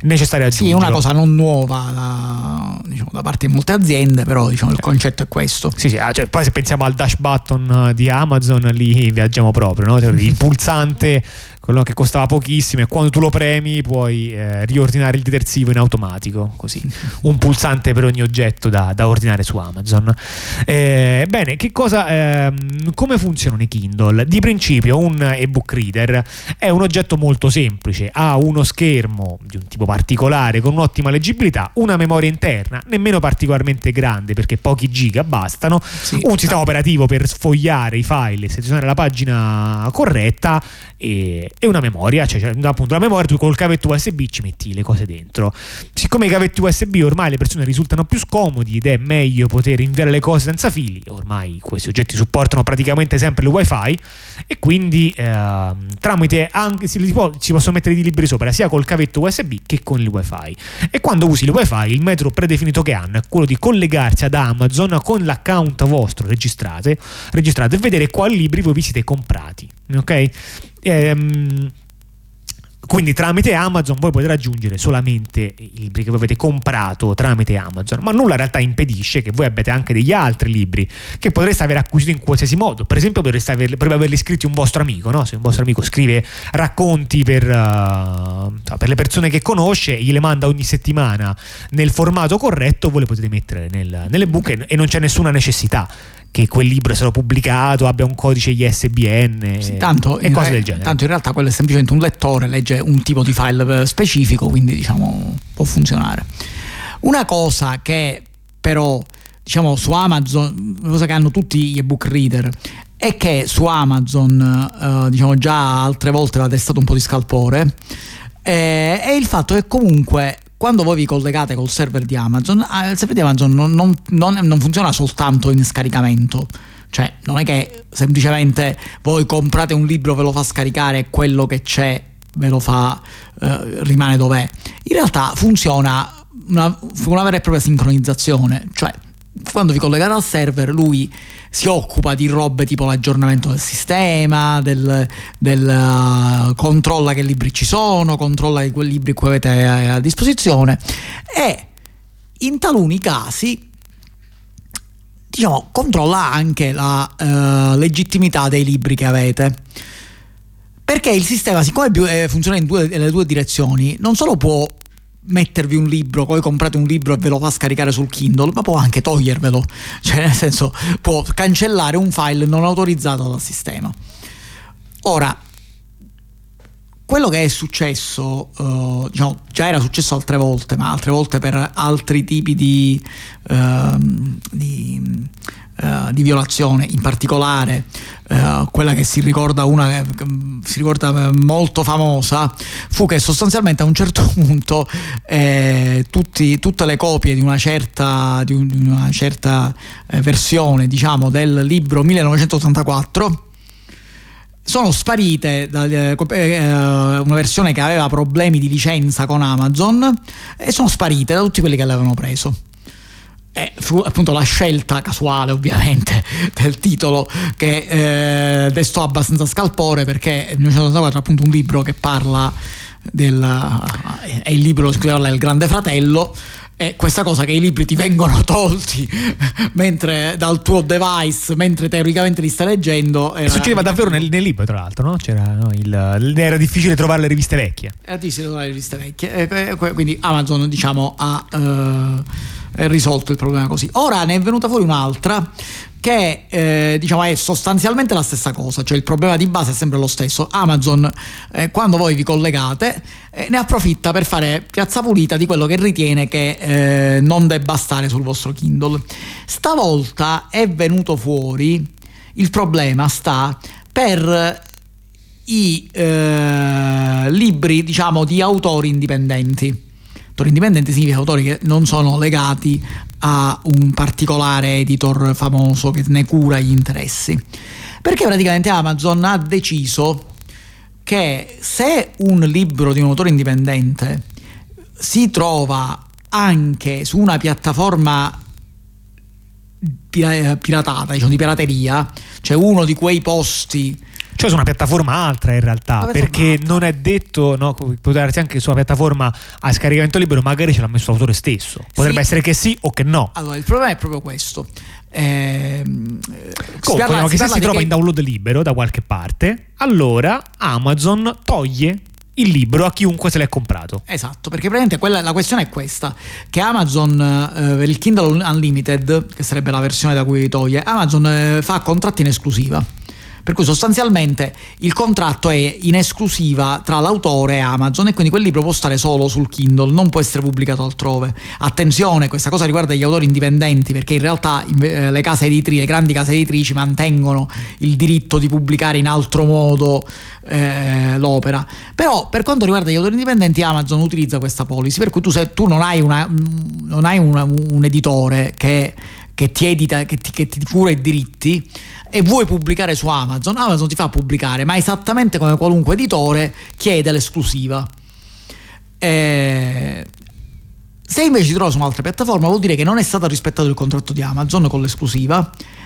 necessario aggiungere. Sì, è una cosa non nuova da parte di molte aziende, però il concetto è questo. Sì, cioè, poi se pensiamo al dash button di Amazon, lì viaggiamo proprio, no? Il pulsante, quello che costava pochissimo, e quando tu lo premi puoi riordinare il detersivo in automatico, così, un pulsante per ogni oggetto da ordinare su Amazon. Bene, come funzionano i Kindle? Di principio un ebook reader è un oggetto molto semplice, ha uno schermo di un tipo particolare con un'ottima leggibilità, una memoria interna nemmeno particolarmente grande perché pochi giga bastano, un sistema operativo per sfogliare i file e selezionare la pagina corretta e una memoria, cioè appunto la memoria, tu col cavetto USB ci metti le cose dentro. Siccome i cavetti USB ormai le persone risultano più scomodi ed è meglio poter inviare le cose senza fili, ormai questi oggetti supportano praticamente sempre il wifi, e quindi tramite anche si possono mettere i libri sopra sia col cavetto USB che con il wifi. E quando usi il wifi il metodo predefinito che hanno è quello di collegarsi ad Amazon con l'account vostro registrato e vedere quali libri voi vi siete comprati, ok? Quindi tramite Amazon voi potete raggiungere solamente i libri che voi avete comprato tramite Amazon, ma nulla in realtà impedisce che voi abbiate anche degli altri libri che potreste aver acquisito in qualsiasi modo. Per esempio potreste averli scritti un vostro amico, no? Se un vostro amico scrive racconti per le persone che conosce, gliele manda ogni settimana nel formato corretto, voi le potete mettere nell'ebook e non c'è nessuna necessità che quel libro sia pubblicato, abbia un codice ISBN e cose del genere. Tanto in realtà quello è semplicemente un lettore, legge un tipo di file specifico, quindi può funzionare. Una cosa che però su Amazon, una cosa che hanno tutti gli ebook reader, è che su Amazon già altre volte aveva destato un po' di scalpore, è il fatto che comunque quando voi vi collegate col server di Amazon, il server di Amazon non funziona soltanto in scaricamento, cioè non è che semplicemente voi comprate un libro, ve lo fa scaricare e quello che c'è ve lo fa rimane dov'è. In realtà funziona una vera e propria sincronizzazione, cioè quando vi collegate al server lui si occupa di robe tipo l'aggiornamento del sistema, controlla che libri ci sono, controlla quei libri che avete a disposizione e in taluni casi controlla anche la legittimità dei libri che avete, perché il sistema, siccome funziona nelle due direzioni, non solo può mettervi un libro, poi comprate un libro e ve lo fa scaricare sul Kindle, ma può anche togliervelo, cioè nel senso può cancellare un file non autorizzato dal sistema. Ora, quello che è successo già era successo altre volte, ma altre volte per altri tipi di violazione, in particolare quella che si ricorda molto famosa fu che sostanzialmente a un certo punto tutte le copie di una certa versione del libro 1984 sono sparite, una versione che aveva problemi di licenza con Amazon, e sono sparite da tutti quelli che l'avevano preso. Fu appunto la scelta casuale, ovviamente, del titolo che destò abbastanza scalpore, perché il 1984 è appunto un libro che parla è il libro che parla del Grande Fratello, e questa cosa che i libri ti vengono tolti dal tuo device mentre teoricamente li stai leggendo succedeva davvero nel libro, tra l'altro, no? Era difficile trovare le riviste vecchie. Quindi Amazon ha risolto il problema così. Ora ne è venuta fuori un'altra che è sostanzialmente la stessa cosa, cioè il problema di base è sempre lo stesso. Amazon quando voi vi collegate ne approfitta per fare piazza pulita di quello che ritiene che non debba stare sul vostro Kindle. Stavolta è venuto fuori il problema sta per i libri di autori indipendenti. Autori indipendenti significa autori che non sono legati a un particolare editor famoso che ne cura gli interessi, perché praticamente Amazon ha deciso che se un libro di un autore indipendente si trova anche su una piattaforma piratata, di pirateria, cioè uno di quei posti, Cioè su una piattaforma altra in realtà, perché non è detto, no, può darsi anche su una piattaforma a scaricamento libero, magari ce l'ha messo l'autore stesso, potrebbe essere che sì o che no. Allora il problema è proprio questo. Che se si trova in download libero da qualche parte, allora Amazon toglie il libro a chiunque se l'è comprato. Esatto, perché praticamente la questione è questa, che Amazon per il Kindle Unlimited, che sarebbe la versione da cui toglie, Amazon fa contratti in esclusiva. Per cui sostanzialmente il contratto è in esclusiva tra l'autore e Amazon, e quindi quel libro può stare solo sul Kindle, non può essere pubblicato altrove. Attenzione, questa cosa riguarda gli autori indipendenti, perché in realtà le grandi case editrici mantengono il diritto di pubblicare in altro modo l'opera. Però per quanto riguarda gli autori indipendenti, Amazon utilizza questa policy, per cui tu non hai un editore che ti edita, che ti cura i diritti, e vuoi pubblicare su Amazon ti fa pubblicare, ma esattamente come qualunque editore chiede l'esclusiva. Se invece ti trovi su un'altra piattaforma, vuol dire che non è stato rispettato il contratto di Amazon con l'esclusiva,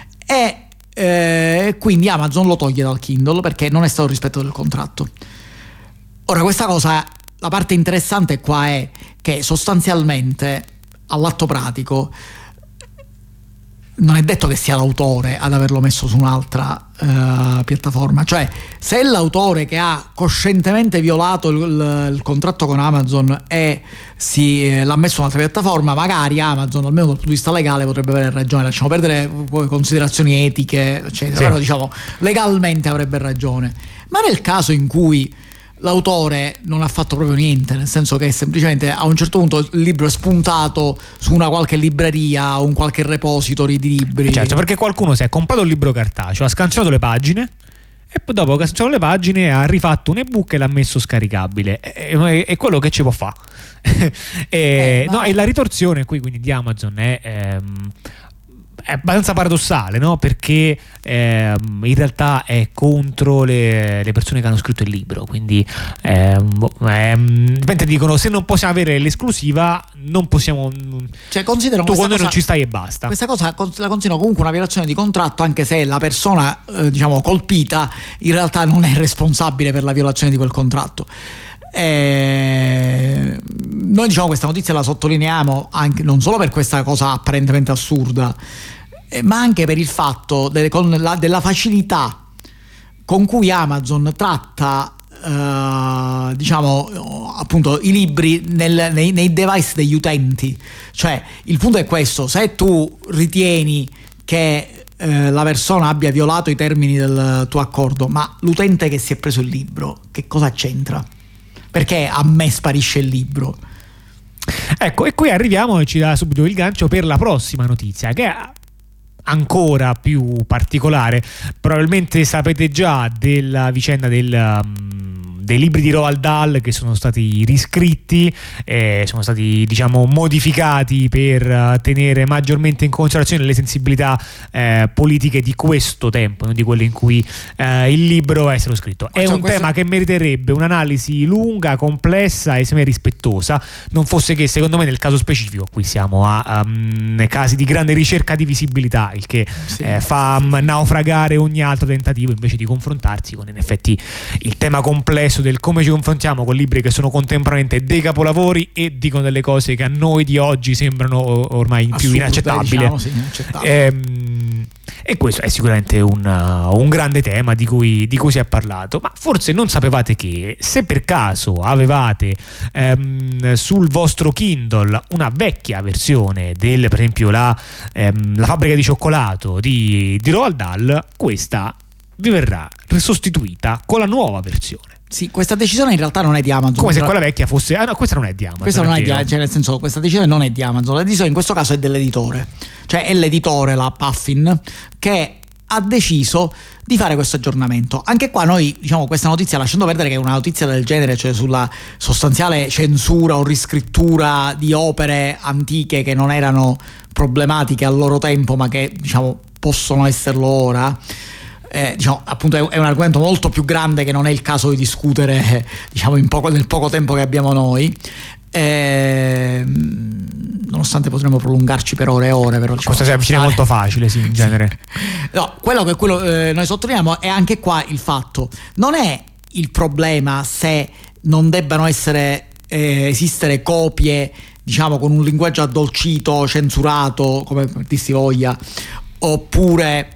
e quindi Amazon lo toglie dal Kindle perché non è stato rispettato il contratto. Ora, questa cosa, la parte interessante qua è che sostanzialmente all'atto pratico non è detto che sia l'autore ad averlo messo su un'altra piattaforma. Cioè, se è l'autore che ha coscientemente violato il contratto con Amazon e l'ha messo su un'altra piattaforma, magari Amazon, almeno dal punto di vista legale, potrebbe avere ragione. Lasciamo perdere considerazioni etiche, eccetera, però diciamo legalmente avrebbe ragione. Ma nel caso in cui l'autore non ha fatto proprio niente, nel senso che semplicemente a un certo punto il libro è spuntato su una qualche libreria o un qualche repository di libri. Certo, perché qualcuno si è comprato il libro cartaceo, ha scansionato le pagine e poi dopo che ha scansionato le pagine ha rifatto un ebook e l'ha messo scaricabile. È quello che ci può fare. E la ritorsione qui quindi di Amazon è abbastanza paradossale, no? Perché in realtà è contro le persone che hanno scritto il libro, quindi dicono: se non possiamo avere l'esclusiva non possiamo, cioè considero tu quando non ci stai e basta. Questa cosa la considero comunque una violazione di contratto, anche se la persona diciamo colpita in realtà non è responsabile per la violazione di quel contratto. Noi diciamo questa notizia la sottolineiamo anche non solo per questa cosa apparentemente assurda, ma anche per il fatto della facilità con cui Amazon tratta diciamo appunto i libri nei device degli utenti. Cioè il punto è questo: se tu ritieni che la persona abbia violato i termini del tuo accordo, ma l'utente che si è preso il libro che cosa c'entra? Perché a me sparisce il libro? Ecco, e qui arriviamo e ci dà subito il gancio per la prossima notizia, che è ancora più particolare. Probabilmente sapete già della vicenda dei libri di Roald Dahl che sono stati riscritti, sono stati diciamo modificati per tenere maggiormente in considerazione le sensibilità politiche di questo tempo, non di quelle in cui il libro è stato scritto. È un tema che meriterebbe un'analisi lunga, complessa e semmai rispettosa, non fosse che secondo me nel caso specifico qui siamo a casi di grande ricerca di visibilità, il che fa naufragare ogni altro tentativo invece di confrontarsi con in effetti il tema complesso del come ci confrontiamo con libri che sono contemporaneamente dei capolavori e dicono delle cose che a noi di oggi sembrano ormai più inaccettabili. Diciamo, sì, inaccettabili. E questo è sicuramente un grande tema di cui si è parlato. Ma forse non sapevate che se per caso avevate sul vostro Kindle una vecchia versione per esempio la fabbrica di cioccolato di Roald Dahl, questa vi verrà sostituita con la nuova versione. Sì, questa decisione in realtà non è di Amazon. Come se quella vecchia fosse... no, questa non è di Amazon. Questa non è di Amazon, cioè nel senso, questa decisione non è di Amazon. La decisione in questo caso è dell'editore. Cioè è l'editore, la Puffin, che ha deciso di fare questo aggiornamento. Anche qua noi diciamo questa notizia, lasciando perdere che una notizia del genere, cioè sulla sostanziale censura o riscrittura di opere antiche che non erano problematiche al loro tempo ma che diciamo possono esserlo ora, diciamo appunto è un argomento molto più grande che non è il caso di discutere diciamo nel poco tempo che abbiamo noi. Nonostante nonostante potremmo prolungarci per ore e ore, però questo si avvicina molto facile, sì, in genere. No, quello che noi sottolineiamo è anche qua il fatto, non è il problema se non debbano esistere copie, diciamo, con un linguaggio addolcito, censurato, come ti si voglia, oppure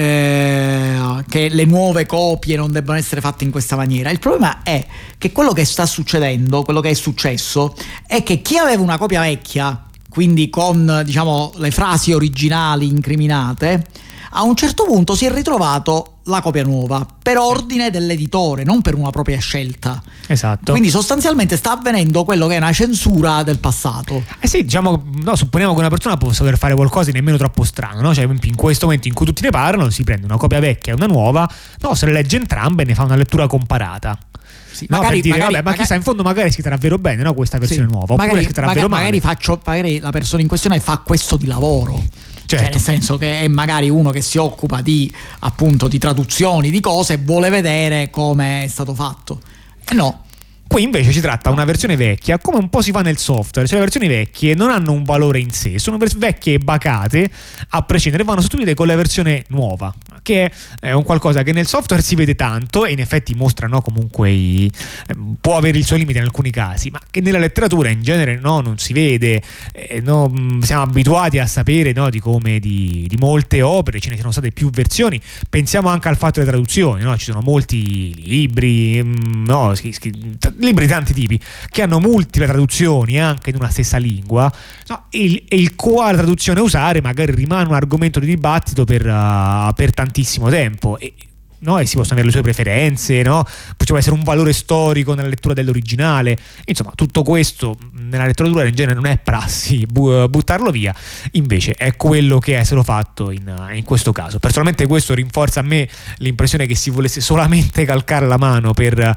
che le nuove copie non debbano essere fatte in questa maniera. Il problema è che quello che sta succedendo, quello che è successo, è che chi aveva una copia vecchia, quindi con, diciamo, le frasi originali incriminate, a un certo punto si è ritrovato la copia nuova per ordine dell'editore, non per una propria scelta. Esatto. Quindi sostanzialmente sta avvenendo quello che è una censura del passato. Sì, diciamo, no, supponiamo che una persona possa voler fare qualcosa di nemmeno troppo strano, no? Cioè, in questo momento in cui tutti ne parlano, si prende una copia vecchia e una nuova, no, se le legge entrambe e ne fa una lettura comparata. Sì, no, per dire, vabbè, ma chissà, in fondo magari si trarrà vero bene, no, questa versione nuova, oppure si trarrà vero male. Magari la persona in questione fa questo di lavoro. Certo. Cioè, nel senso che è magari uno che si occupa di, appunto, di traduzioni, di cose, e vuole vedere come è stato fatto. No. Qui invece si tratta di una versione vecchia, come un po' si fa nel software, cioè le versioni vecchie non hanno un valore in sé, sono vecchie e bacate a prescindere, vanno sostituite con la versione nuova, che è un qualcosa che nel software si vede tanto e in effetti mostra, no, comunque può avere il suo limite in alcuni casi, ma che nella letteratura in genere, no, non si vede, no, siamo abituati a sapere, no, di come di molte opere ce ne sono state più versioni. Pensiamo anche al fatto delle traduzioni, no? Ci sono molti libri, no, libri di tanti tipi che hanno multiple traduzioni anche in una stessa lingua, no? E quale traduzione usare magari rimane un argomento di dibattito per tantissimo tempo, no? E si possono avere le sue preferenze, no? Ci può essere un valore storico nella lettura dell'originale, insomma tutto questo nella letteratura in genere non è prassi buttarlo via, invece è quello che è stato fatto in questo caso. Personalmente questo rinforza a me l'impressione che si volesse solamente calcare la mano per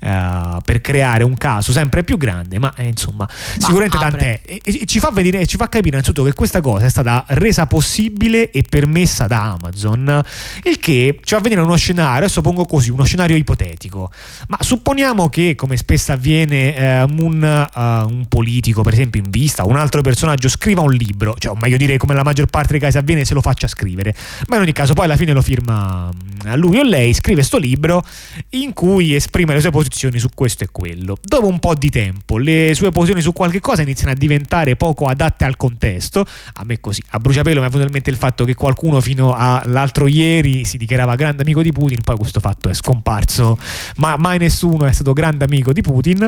creare un caso sempre più grande, ma insomma sicuramente tant'è, e ci fa vedere, ci fa capire innanzitutto che questa cosa è stata resa possibile e permessa da Amazon, il che ci fa vedere uno scenario, adesso pongo così, uno scenario ipotetico, ma supponiamo che, come spesso avviene, un politico per esempio in vista, un altro personaggio scriva un libro, cioè o meglio dire come la maggior parte dei casi avviene, se lo faccia scrivere, ma in ogni caso poi alla fine lo firma lui o lei, scrive sto libro in cui esprime le sue posizioni su questo e quello. Dopo un po' di tempo le sue posizioni su qualche cosa iniziano a diventare poco adatte al contesto. A me così a bruciapelo mi è venuto in mente il fatto che qualcuno fino all'altro ieri si dichiarava grande amico di Putin, poi questo fatto è scomparso, ma mai nessuno è stato grande amico di Putin.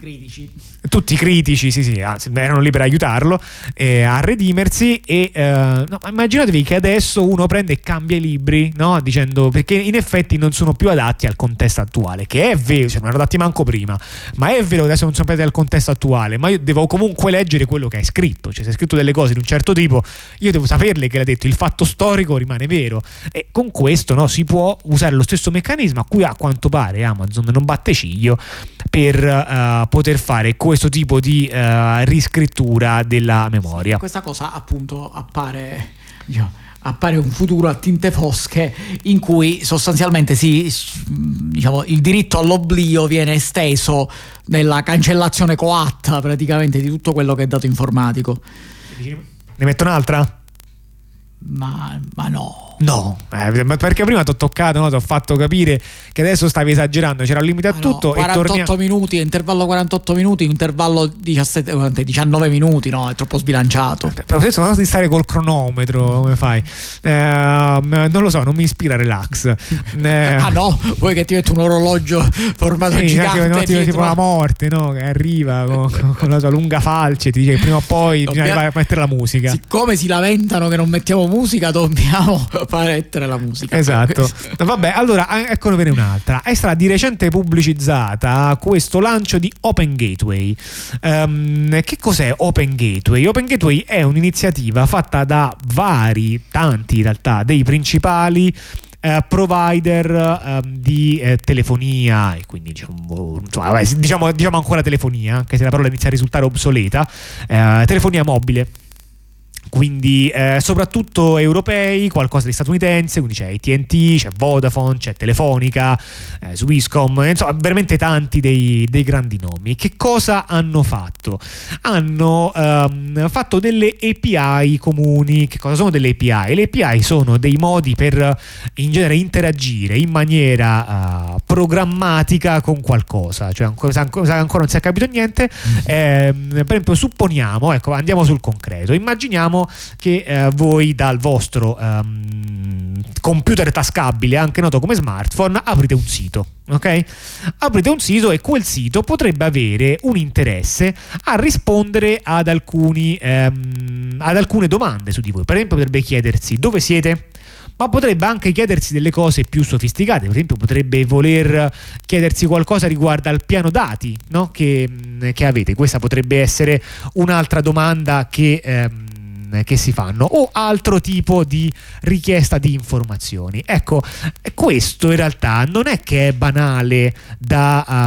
Tutti critici, sì, erano lì per aiutarlo a redimersi, e no, immaginatevi che adesso uno prende e cambia i libri, no? Dicendo, perché in effetti non sono più adatti al contesto attuale, che è vero, cioè non erano adatti manco prima, ma è vero che adesso non sono più adatti al contesto attuale, ma io devo comunque leggere quello che hai scritto, cioè se hai scritto delle cose di un certo tipo io devo saperle che l'hai detto, il fatto storico rimane vero, e con questo, no, si può usare lo stesso meccanismo a cui a quanto pare Amazon non batte ciglio per poter fare questo tipo di riscrittura della memoria. Questa cosa appunto appare un futuro a tinte fosche in cui sostanzialmente il diritto all'oblio viene esteso nella cancellazione coatta praticamente di tutto quello che è dato informatico. Ne metto un'altra? Ma no. No, perché prima ti ho toccato, no? Ti ho fatto capire che adesso stavi esagerando, c'era un limite a tutto. 48 minuti, intervallo 48 minuti, intervallo 19 minuti, no, è troppo sbilanciato. Però adesso non di stare col cronometro, come fai? Non lo so, non mi ispira relax. Ah no, vuoi che ti metto un orologio formato gigante tipo la morte, no? Che arriva con la sua lunga falce e ti dice che prima o poi bisogna mettere la musica. Siccome si lamentano che non mettiamo musica, dobbiamo mettere la musica. Esatto. Vabbè, allora eccono un'altra. È stata di recente pubblicizzata questo lancio di Open Gateway. Che cos'è Open Gateway? Open Gateway è un'iniziativa fatta da tanti in realtà, dei principali provider di telefonia, e quindi diciamo ancora telefonia, anche se la parola inizia a risultare obsoleta, telefonia mobile. quindi soprattutto europei, qualcosa di statunitense, quindi c'è AT&T, c'è Vodafone, c'è Telefonica, Swisscom, insomma veramente tanti dei grandi nomi. Che cosa hanno fatto? Hanno fatto delle API comuni. Che cosa sono delle API? Le API sono dei modi per in genere interagire in maniera programmatica con qualcosa, cioè ancora non si è capito niente. Per esempio, supponiamo, ecco, andiamo sul concreto, immaginiamo che voi dal vostro computer tascabile, anche noto come smartphone, aprite un sito. Ok? Aprite un sito e quel sito potrebbe avere un interesse a rispondere ad alcune domande su di voi. Per esempio, potrebbe chiedersi dove siete, ma potrebbe anche chiedersi delle cose più sofisticate. Per esempio, potrebbe voler chiedersi qualcosa riguardo al piano dati, no? che avete. Questa potrebbe essere un'altra domanda che si fanno, o altro tipo di richiesta di informazioni. Ecco, questo in realtà non è che è banale da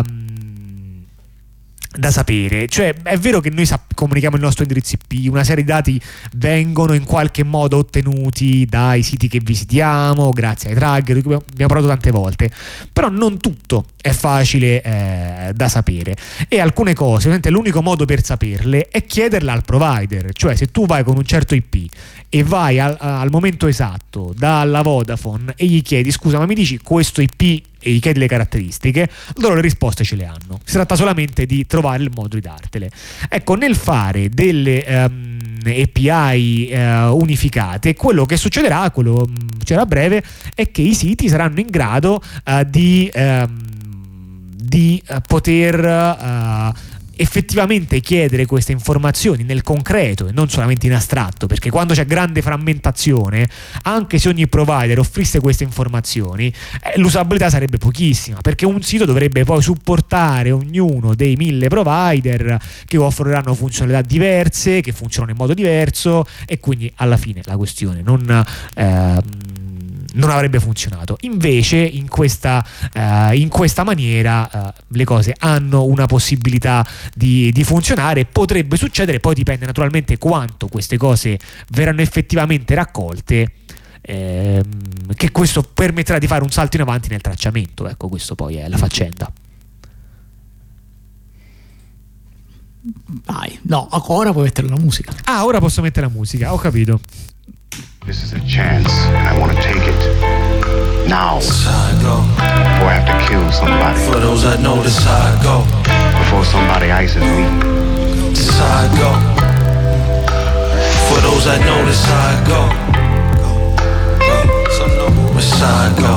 sapere. Cioè, è vero che noi comunichiamo il nostro indirizzo IP, una serie di dati vengono in qualche modo ottenuti dai siti che visitiamo, grazie ai tracker, di cui abbiamo parlato tante volte, però non tutto è facile da sapere, e alcune cose, ovviamente l'unico modo per saperle è chiederle al provider. Cioè, se tu vai con un certo IP e vai al momento esatto dalla Vodafone e gli chiedi scusa ma mi dici questo IP, e gli chiedi le caratteristiche, loro le risposte ce le hanno. Si tratta solamente di trovare il modo di dartele. Ecco, nel fare delle API unificate, quello che succederà, quello succederà a breve, è che i siti saranno in grado di poter effettivamente chiedere queste informazioni nel concreto e non solamente in astratto, perché quando c'è grande frammentazione, anche se ogni provider offrisse queste informazioni, l'usabilità sarebbe pochissima, perché un sito dovrebbe poi supportare ognuno dei 1000 provider che offriranno funzionalità diverse, che funzionano in modo diverso, e quindi alla fine la questione non avrebbe funzionato. Invece in questa maniera le cose hanno una possibilità di funzionare. Potrebbe succedere, poi dipende naturalmente quanto queste cose verranno effettivamente raccolte, che questo permetterà di fare un salto in avanti nel tracciamento. Ecco, questo poi è la faccenda. Vai, no, ora puoi mettere la musica. Ah, ora posso mettere la musica, ho capito. This is a chance, and I want to take it now. This how I go. Before I have to kill somebody. For those that know, this how I go. Before somebody ices me. This how I go. For those that know, this how I go. This how I go.